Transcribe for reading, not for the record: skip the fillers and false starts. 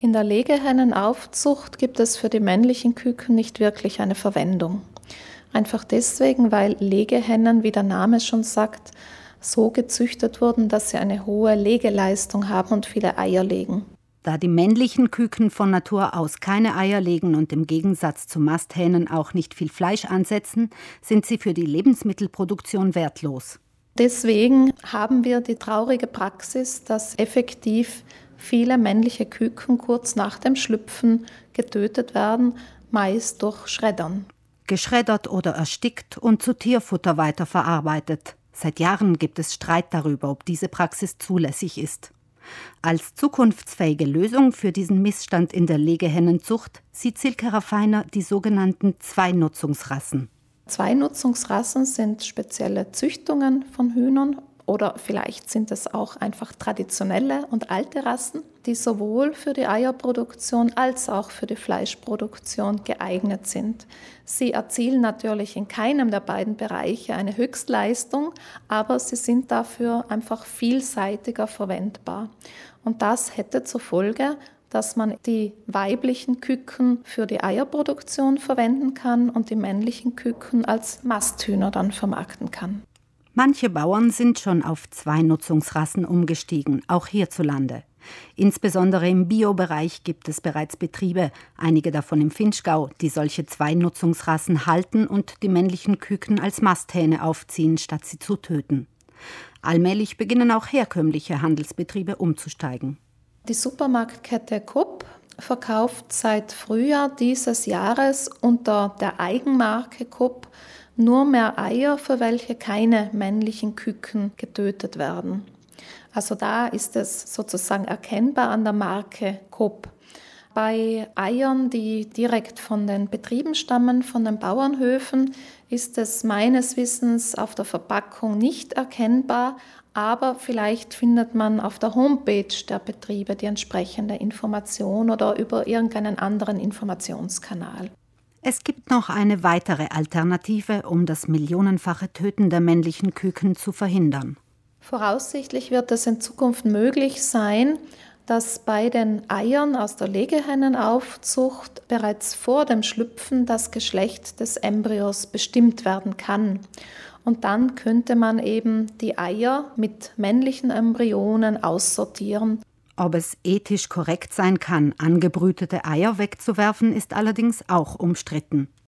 In der Legehennenaufzucht gibt es für die männlichen Küken nicht wirklich eine Verwendung. Einfach deswegen, weil Legehennen, wie der Name schon sagt, so gezüchtet wurden, dass sie eine hohe Legeleistung haben und viele Eier legen. Da die männlichen Küken von Natur aus keine Eier legen und im Gegensatz zu Masthähnen auch nicht viel Fleisch ansetzen, sind sie für die Lebensmittelproduktion wertlos. Deswegen haben wir die traurige Praxis, dass effektiv viele männliche Küken kurz nach dem Schlüpfen getötet werden, meist durch Schreddern. Geschreddert oder erstickt und zu Tierfutter weiterverarbeitet. Seit Jahren gibt es Streit darüber, ob diese Praxis zulässig ist. Als zukunftsfähige Lösung für diesen Missstand in der Legehennenzucht sieht Silke Raffiner die sogenannten Zweinutzungsrassen. Zweinutzungsrassen sind spezielle Züchtungen von Hühnern oder vielleicht sind es auch einfach traditionelle und alte Rassen, die sowohl für die Eierproduktion als auch für die Fleischproduktion geeignet sind. Sie erzielen natürlich in keinem der beiden Bereiche eine Höchstleistung, aber sie sind dafür einfach vielseitiger verwendbar. Und das hätte zur Folge, dass man die weiblichen Küken für die Eierproduktion verwenden kann und die männlichen Küken als Masthühner dann vermarkten kann. Manche Bauern sind schon auf Zweinutzungsrassen umgestiegen, auch hierzulande. Insbesondere im Biobereich gibt es bereits Betriebe, einige davon im Vinschgau, die solche Zweinutzungsrassen halten und die männlichen Küken als Masthähne aufziehen, statt sie zu töten. Allmählich beginnen auch herkömmliche Handelsbetriebe umzusteigen. Die Supermarktkette Coop verkauft seit Frühjahr dieses Jahres unter der Eigenmarke Coop nur mehr Eier, für welche keine männlichen Küken getötet werden. Also da ist es sozusagen erkennbar an der Marke Coop. Bei Eiern, die direkt von den Betrieben stammen, von den Bauernhöfen, ist es meines Wissens auf der Verpackung nicht erkennbar, aber vielleicht findet man auf der Homepage der Betriebe die entsprechende Information oder über irgendeinen anderen Informationskanal. Es gibt noch eine weitere Alternative, um das millionenfache Töten der männlichen Küken zu verhindern. Voraussichtlich wird es in Zukunft möglich sein, dass bei den Eiern aus der Legehennenaufzucht bereits vor dem Schlüpfen das Geschlecht des Embryos bestimmt werden kann. Und dann könnte man eben die Eier mit männlichen Embryonen aussortieren. Ob es ethisch korrekt sein kann, angebrütete Eier wegzuwerfen, ist allerdings auch umstritten.